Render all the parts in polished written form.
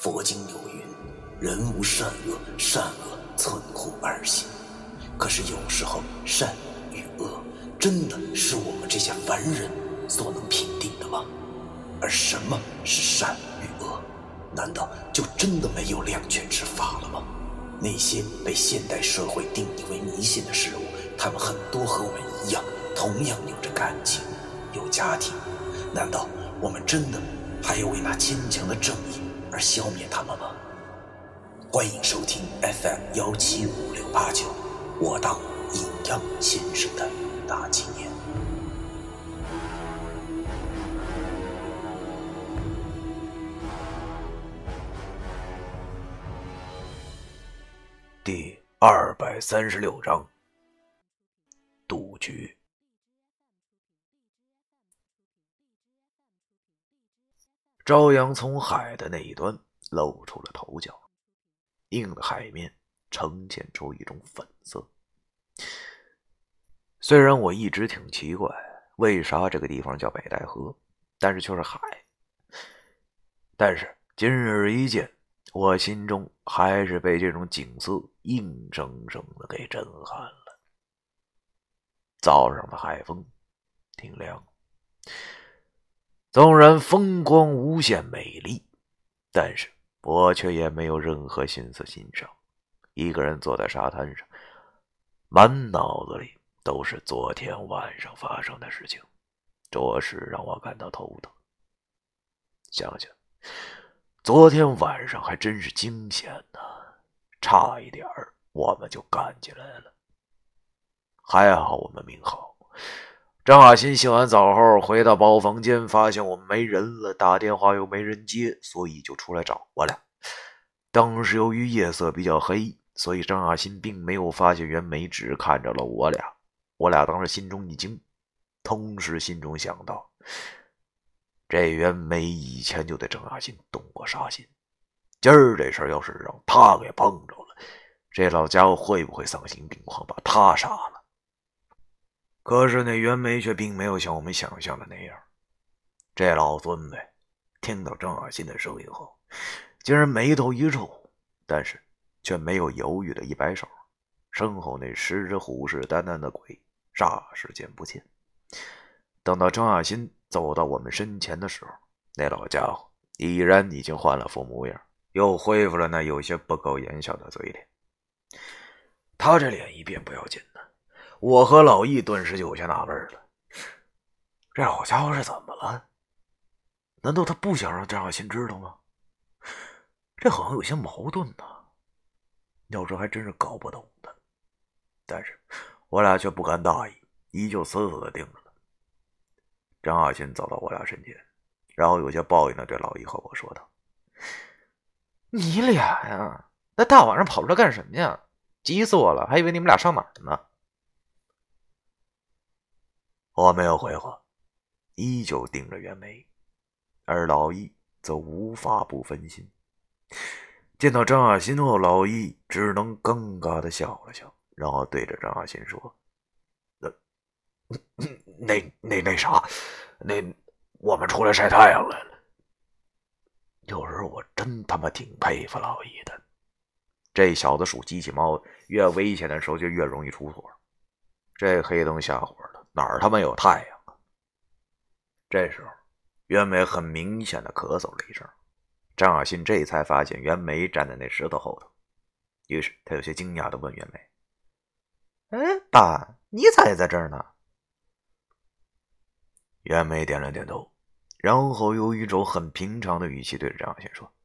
佛经有云，人无善恶，善恶寸乎二心。可是有时候善与恶真的是我们这些凡人所能评定的吗？而什么是善与恶？难道就真的没有两全之法了吗？那些被现代社会定义为迷信的事物，它们很多和我们一样，同样有着感情，有家庭。难道我们真的还要为那坚强的正义而消灭他们吗？欢迎收听 FM1755689，我当阴阳先生的大纪念。第236章，赌局。朝阳从海的那一端露出了头角，硬的海面呈现出一种粉色。虽然我一直挺奇怪为啥这个地方叫北戴河，但是却是海。但是今日一见，我心中还是被这种景色硬生生的给震撼了。早上的海风挺凉，纵然风光无限美丽，但是我却也没有任何心思欣赏。一个人坐在沙滩上，满脑子里都是昨天晚上发生的事情，着实让我感到头疼。想想昨天晚上还真是惊险呢，差一点我们就干起来了。还好我们命好，张亚新洗完澡后回到包房间，发现我们没人了，打电话又没人接，所以就出来找我俩。当时由于夜色比较黑，所以张亚新并没有发现袁梅，只看着了我俩。我俩当时心中一惊，同时心中想到，这袁梅以前就对张亚新动过杀心，今儿这事要是让他给碰着了，这老家伙会不会丧心病狂把他杀了？可是那袁梅却并没有像我们想象的那样。这老孙子听到张亚新的声音后，竟然眉头一皱，但是却没有犹豫的一摆手，身后那10只虎视眈眈的鬼霎时间不见。等到张亚新走到我们身前的时候，那老家伙已然已经换了副模样，又恢复了那有些不苟言笑的嘴脸。他这脸一变不要紧的，我和老易顿时就有些纳闷了，这老家伙是怎么了？难道他不想让张亚新知道吗？这好像有些矛盾呢，要说还真是搞不懂的。但是我俩却不敢大意，依旧死死的盯着他。张亚新走到我俩身前，然后有些抱怨的对老易和我说道：“你俩呀，那大晚上跑出来干什么呀？急死我了，还以为你们俩上哪儿呢。”我没有回话，依旧盯着袁梅，而老易则无法不分心。见到张亚新后，老易只能尴尬的笑了笑，然后对着张亚新说：“那啥，我们出来晒太阳来了。”有时候我真他妈挺佩服老易的，这小子属机器猫，越危险的时候就越容易出错。这黑灯瞎火的，哪儿他妈有太阳啊？这时候袁梅很明显的咳嗽了一声，张亚新这才发现袁梅站在那石头后头，于是他有些惊讶的问袁梅：“爸，你咋也在这儿呢？”袁梅点了点头，然后用一种很平常的语气对着张亚新说：“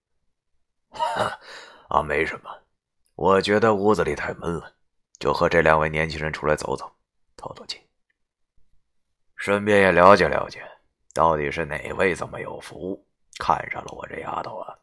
没什么，我觉得屋子里太闷了，就和这2位年轻人出来走走，透透气，顺便也了解了解，到底是哪位这么有福，看上了我这丫头啊。”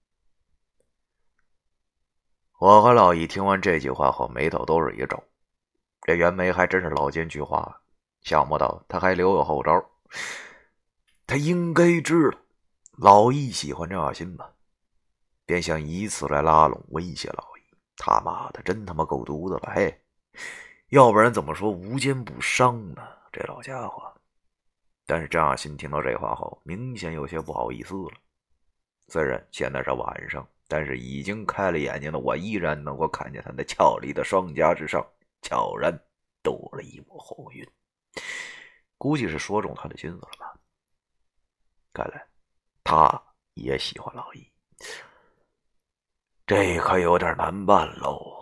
我和老易听完这句话后，眉头都是一皱。这袁梅还真是老奸巨猾，想不到他还留有后招。他应该知道老易喜欢张亚新吧，便想以此来拉拢威胁老易。他妈的真他妈够毒的了，嘿！要不然怎么说无奸不商呢？这老家伙。但是张亚新听到这话后，明显有些不好意思了。 虽然现在是晚上，但是已经开了眼睛的我依然能够看见他那俏丽的双颊之上悄然多了一抹红晕，估计是说中他的心思了吧。看来他也喜欢老易，这可有点难办喽。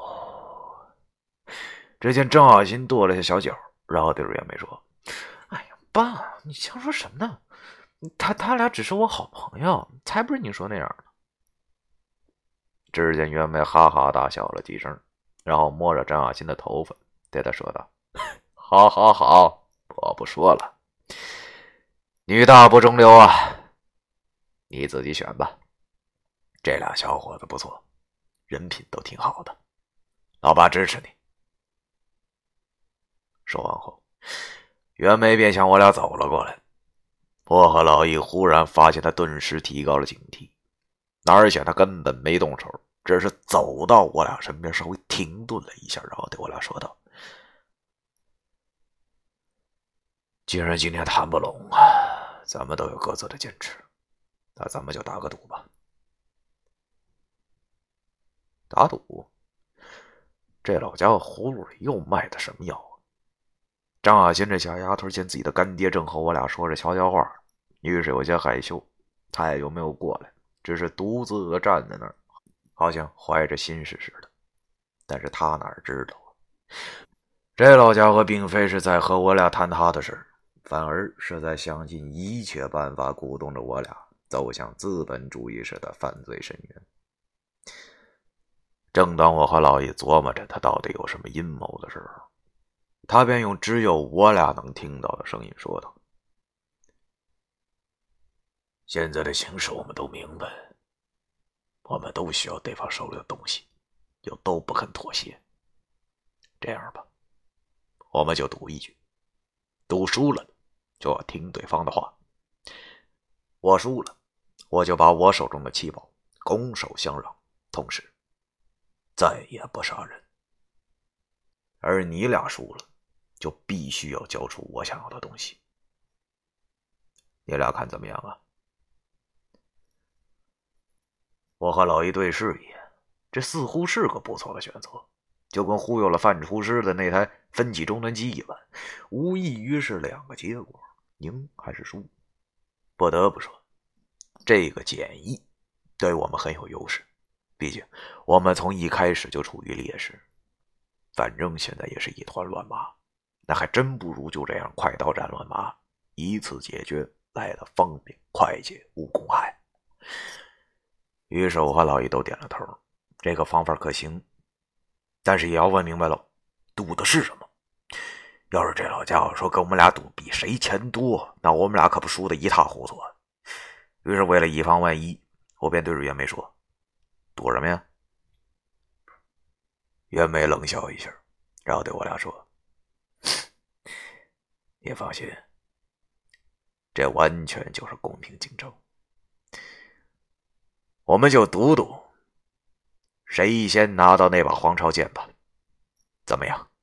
只见郑小新跺了下小脚，然后对着袁梅说：“哎呀，爸，你瞎说什么呢？他俩只是我好朋友，才不是你说那样呢。”只见袁梅哈哈大笑了几声，然后摸着张小新的头发，对他说道：“好好好，我不说了，女大不中留啊，你自己选吧。这俩小伙子不错，人品都挺好的，老爸支持你。”说完后，袁梅便向我俩走了过来。我和老易忽然发现他顿时提高了警惕，而且他根本没动手，只是走到我俩身边，稍微停顿了一下，然后对我俩说道：“既然今天谈不拢啊，咱们都有各自的坚持，那咱们就打个赌吧。”打赌？这老家伙葫芦里又卖的什么药啊？张小新这小丫头见自己的干爹正和我俩说着悄悄话，于是有些害羞，他也就没有过来，只是独自站在那儿，好像怀着心事似的。但是他哪知道啊，这老家伙并非是在和我俩谈他的事，反而是在想尽一切办法鼓动着我俩走向资本主义式的犯罪深渊。正当我和老易琢磨着他到底有什么阴谋的时候，他便用只有我俩能听到的声音说道：“现在的形势我们都明白，我们都需要对方手里的东西，又都不肯妥协。这样吧，我们就赌一局，赌输了就要听对方的话。我输了，我就把我手中的7宝拱手相让，同时再也不杀人。而你俩输了，就必须要交出我想要的东西。你俩看怎么样啊？”我和老易对视一眼，这似乎是个不错的选择，就跟忽悠了范厨师的那台分级终端机一般，无异于是两个结果，赢还是输。不得不说，这个建议对我们很有优势，毕竟我们从一开始就处于劣势。反正现在也是一团乱麻，那还真不如就这样快刀斩乱麻，一次解决来的方便快捷无公害。于是我和老易都点了头，这个方法可行，但是也要问明白了，赌的是什么？要是这老家伙说跟我们俩赌比谁钱多，那我们俩可不输得一塌糊涂啊。于是为了以防万一，我便对着袁梅说：“赌什么呀？”袁梅冷笑一下，然后对我俩说：“你放心，这完全就是公平竞争，我们就赌赌谁先拿到那把黄朝剑吧，怎么样？”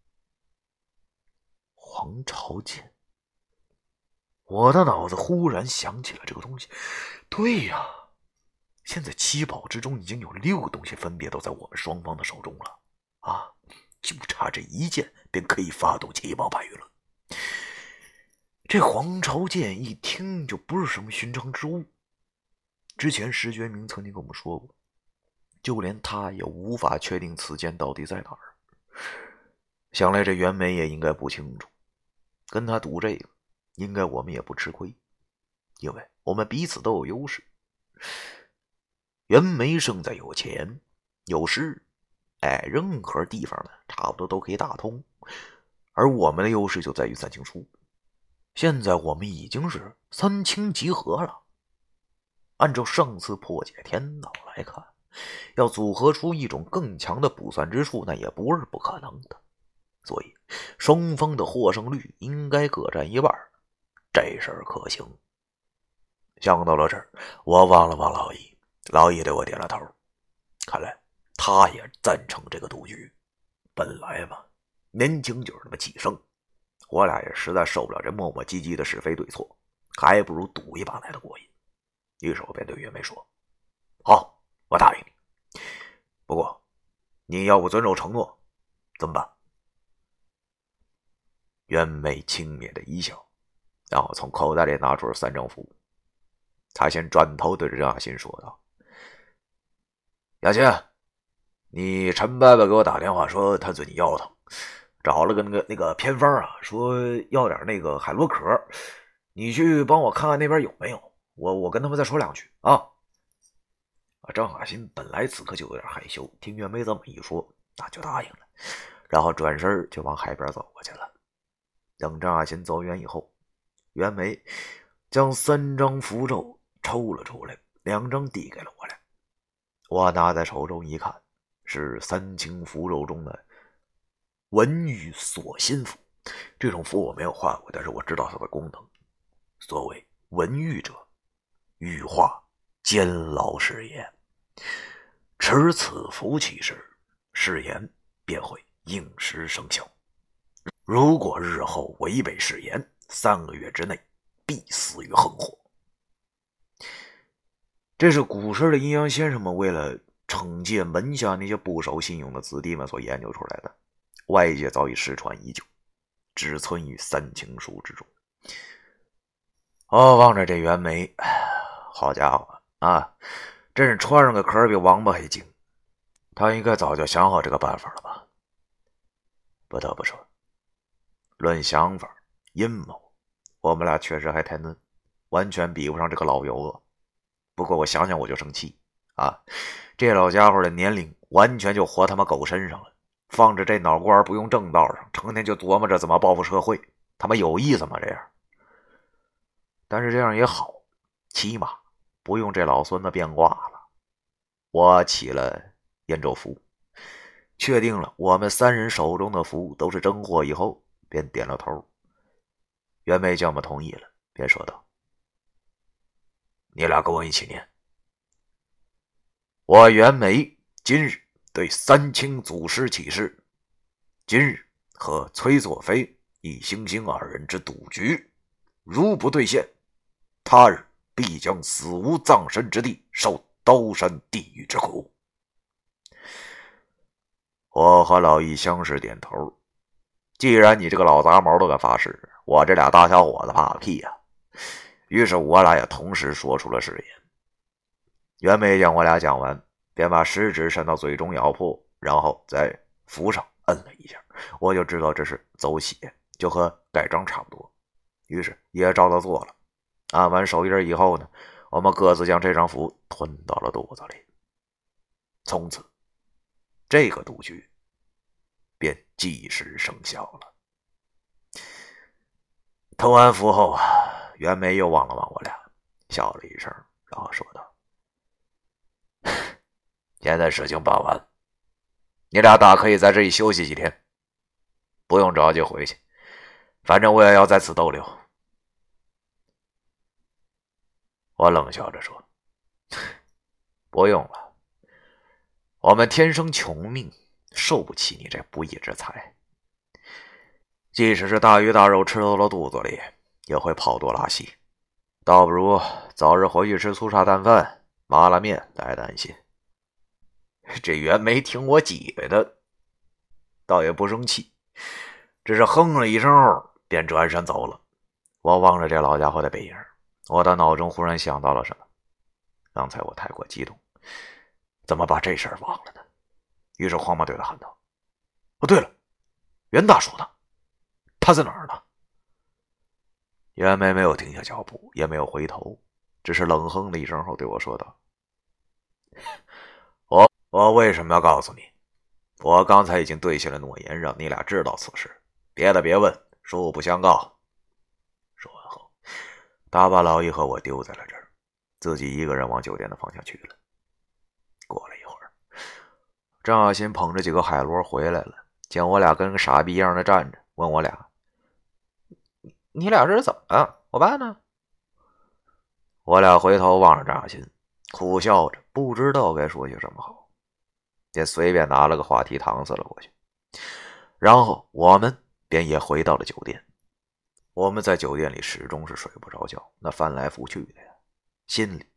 黄朝剑，我的脑子忽然想起了这个东西。对呀，现在7宝之中已经有6个东西分别都在我们双方的手中了啊，就差这一剑便可以发动7宝败运了。这黄朝剑一听就不是什么寻常之物，之前石觉明曾经跟我们说过，就连他也无法确定此剑到底在哪儿。想来这袁梅也应该不清楚，跟他赌这个，应该我们也不吃亏，因为我们彼此都有优势。袁梅胜在有钱有势，任何地方呢差不多都可以打通，而我们的优势就在于3清书。现在我们已经是3清集合了，按照上次破解天道来看，要组合出一种更强的卜算之术，那也不是不可能的。所以双方的获胜率应该各占一半，这事儿可行。想到了这儿，我望了望老易，老易对我点了头，看来他也赞成这个赌局。本来嘛，年轻就是那么气盛，我俩也实在受不了这磨磨唧唧的是非对错，还不如赌一把来的过瘾。 于是我便对袁梅说：“好，我答应你。不过，你要不遵守承诺，怎么办？”袁梅轻蔑的一笑，然后从口袋里拿出了3张符。他先转头对着张亚新说道：“亚新，你陈伯伯给我打电话说他最近腰疼，找了个那个偏方啊，说要点那个海螺壳，你去帮我看看那边有没有，我跟他们再说2句啊。”张亚新本来此刻就有点害羞，听袁梅这么一说，那就答应了，然后转身就往海边走过去了。等张亚新走远以后，袁梅将3张符咒抽了出来，2张递给了我俩。我拿在手中一看，是3清符咒中的文玉锁心符。这种符我没有画过，但是我知道它的功能。所谓文玉者，玉化监牢誓言，持此符起誓，誓言便会应时生效。如果日后违背誓言，3个月之内必死于横祸。这是古时的阴阳先生们为了惩戒门下那些不守信用的子弟们所研究出来的，外界早已失传已久，只存于3清书之中。望着这袁梅，好家伙啊，真是穿上个壳比王八还精。他应该早就想好这个办法了吧？不得不说，论想法阴谋，我们俩确实还太嫩，完全比不上这个老油子。不过我想想我就生气啊！这老家伙的年龄完全就活他妈狗身上了，放着这脑瓜不用正道上，成天就琢磨着怎么报复社会，他妈有意思吗？这样，但是这样也好，起码不用这老孙子变卦了。我起了燕咒符，确定了我们3人手中的符都是真货以后，便点了头。袁梅见我们同意了，便说道：“你俩跟我一起念。我袁梅今日对3清祖师起誓，今日和崔作飞、易星星2人之赌局，如不兑现，他日必将死无葬身之地，受刀山地狱之苦。”我和老易相视点头。既然你这个老杂毛都敢发誓，我这俩大小伙子怕个屁呀！于是我俩也同时说出了誓言。袁梅见我俩讲完，便把食指伸到嘴中咬破，然后在符上摁了一下，我就知道这是走血，就和盖章差不多。于是也照着做了。按完手印以后呢，我们各自将这张符吞到了肚子里。从此，这个赌局便计时生效了。吞完符后啊，袁梅又望了望我俩，笑了一声，然后说道：“现在事情办完，你俩大可以在这里休息几天，不用着急回去，反正我也要在此逗留。”我冷笑着说：“不用了，我们天生穷命，受不起你这不义之财。即使是大鱼大肉吃到了肚子里，也会跑多拉稀，倒不如早日回去吃粗茶淡饭、麻辣面来的安心。”这袁梅听我挤兑的，倒也不生气，只是哼了一声后便转身走了。我望着这老家伙的背影，我的脑中忽然想到了什么。刚才我太过激动，怎么把这事儿忘了呢？于是慌忙对他喊道：“哦，对了，袁大叔呢？他在哪儿呢？”袁梅没有停下脚步，也没有回头，只是冷哼了一声后对我说道：“我为什么要告诉你？我刚才已经兑现了诺言，让你俩知道此事，别的别问，恕不相告。”说完后，他把老易和我丢在了这儿，自己一个人往酒店的方向去了。过了一会儿，张小新捧着几个海螺回来了，见我俩跟个傻逼一样的站着，问我俩：“你俩这是怎么了？我爸呢？”我俩回头望着张小新，苦笑着，不知道该说些什么好，便随便拿了个话题搪塞了过去。然后我们便也回到了酒店。我们在酒店里始终是睡不着觉，那翻来覆去的呀，心里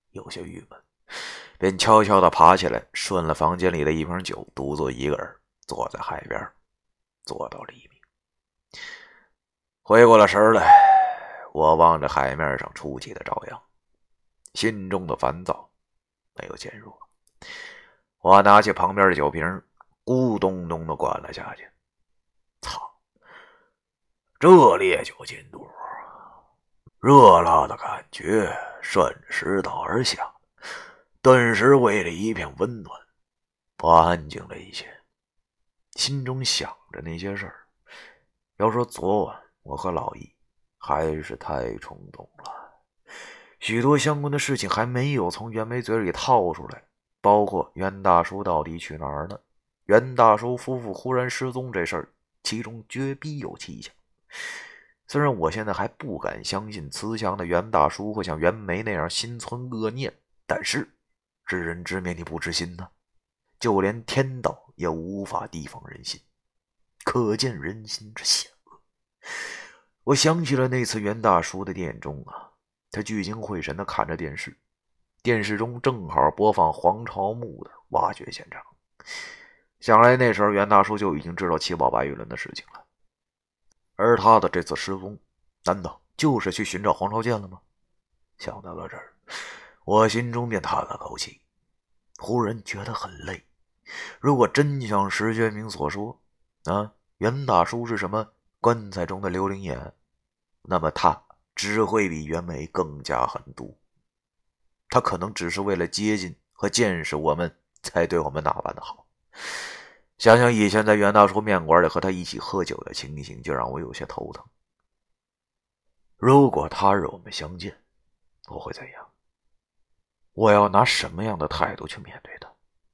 有些郁闷，便悄悄地爬起来，顺了房间里的一瓶酒，独自一个人坐在海边，坐到黎明。回过了神来，我望着海面上出奇的朝阳，心中的烦躁没有减弱。我拿起旁边的酒瓶，咕咚咚地灌了下去。操，这烈酒进肚，热辣的感觉顺食道而下，顿时胃里一片温暖。我安静了一些，心中想着那些事儿。要说昨晚我和老易还是太冲动了，许多相关的事情还没有从袁梅嘴里套出来，包括袁大叔到底去哪儿了，袁大叔夫妇忽然失踪这事儿，其中绝必有蹊跷。虽然我现在还不敢相信慈祥的袁大叔会像袁梅那样心存恶念，但是知人知面你不知心呢，就连天道也无法提防人心，可见人心之险恶。我想起了那次袁大叔的店中他聚精会神地看着电视，电视中正好播放黄朝墓的挖掘现场，想来那时候袁大叔就已经知道七宝白玉轮的事情了。而他的这次失踪，难道就是去寻找黄朝剑了吗？想到了这儿，我心中便叹了口气，忽然觉得很累。如果真像石觉明所说袁大叔是什么棺材中的刘灵眼，那么他只会比袁枚更加狠毒。他可能只是为了接近和见识我们才对我们那般的好。想想以前在袁大叔面馆里和他一起喝酒的情形，就让我有些头疼。如果他日我们相见，我会怎样？我要拿什么样的态度去面对他？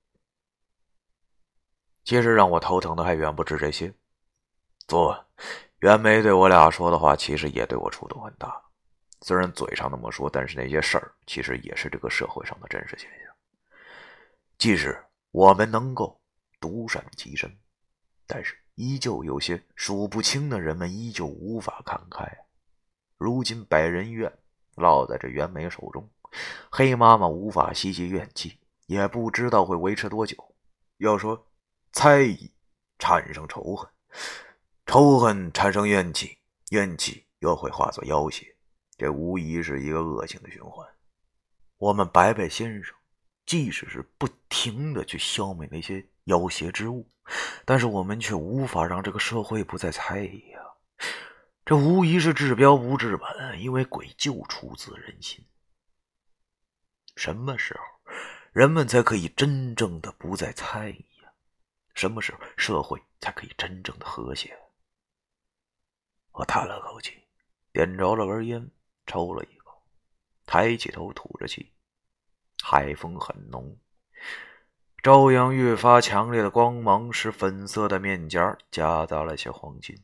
其实让我头疼的还远不止这些。昨晚袁枚对我俩说的话，其实也对我触动很大。虽然嘴上那么说，但是那些事儿其实也是这个社会上的真实现象。即使我们能够独善其身，但是依旧有些数不清的人们依旧无法看开。如今百人院落在这袁枚手中，黑妈妈无法吸集怨气，也不知道会维持多久。要说猜疑产生仇恨，仇恨产生怨气，怨气又会化作要挟，这无疑是一个恶性的循环。我们白白先生即使是不停地去消灭那些要挟之物，但是我们却无法让这个社会不再猜疑这无疑是治标不治本，因为鬼就出自人心。什么时候人们才可以真正的不再猜疑什么时候社会才可以真正的和谐？我叹了口气，点着了根烟，抽了一口，抬起头吐着气。海风很浓，朝阳越发强烈的光芒使粉色的面颊夹杂了些黄金。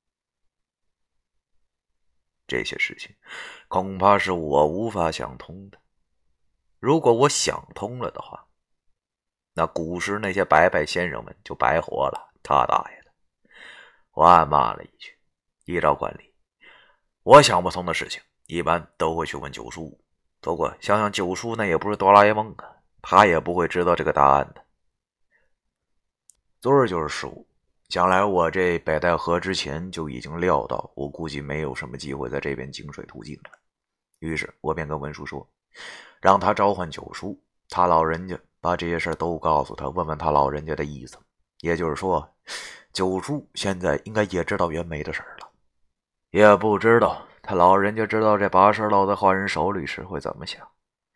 这些事情恐怕是我无法想通的。如果我想通了的话，那古时那些白白先生们就白活了，他大爷的！我暗骂了一句。依照惯例，我想不通的事情一般都会去问九叔，不过想想九叔那也不是哆啦 A 梦他也不会知道这个答案的。昨儿就是15，想来我这北戴河之前就已经料到，我估计没有什么机会在这边经水途径了。于是我便跟文叔说，让他召唤九叔，他老人家把这些事都告诉他，问问他老人家的意思。也就是说，九叔现在应该也知道袁枚的事了，也不知道他老人家知道这把事落在坏人手里时会怎么想。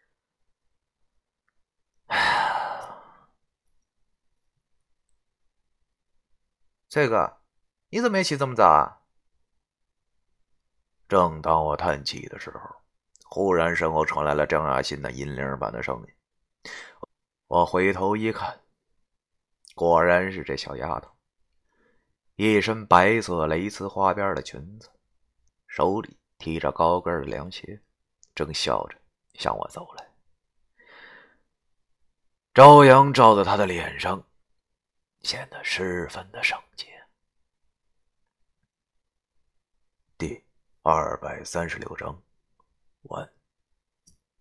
这个你怎么也起这么早啊？正当我叹气的时候，忽然身后传来了张雅欣那银铃般的声音。我回头一看，果然是这小丫头，一身白色蕾丝花边的裙子，手里提着高跟的凉鞋，正笑着向我走来。朝阳照在她的脸上，显得十分的圣洁。第236章完。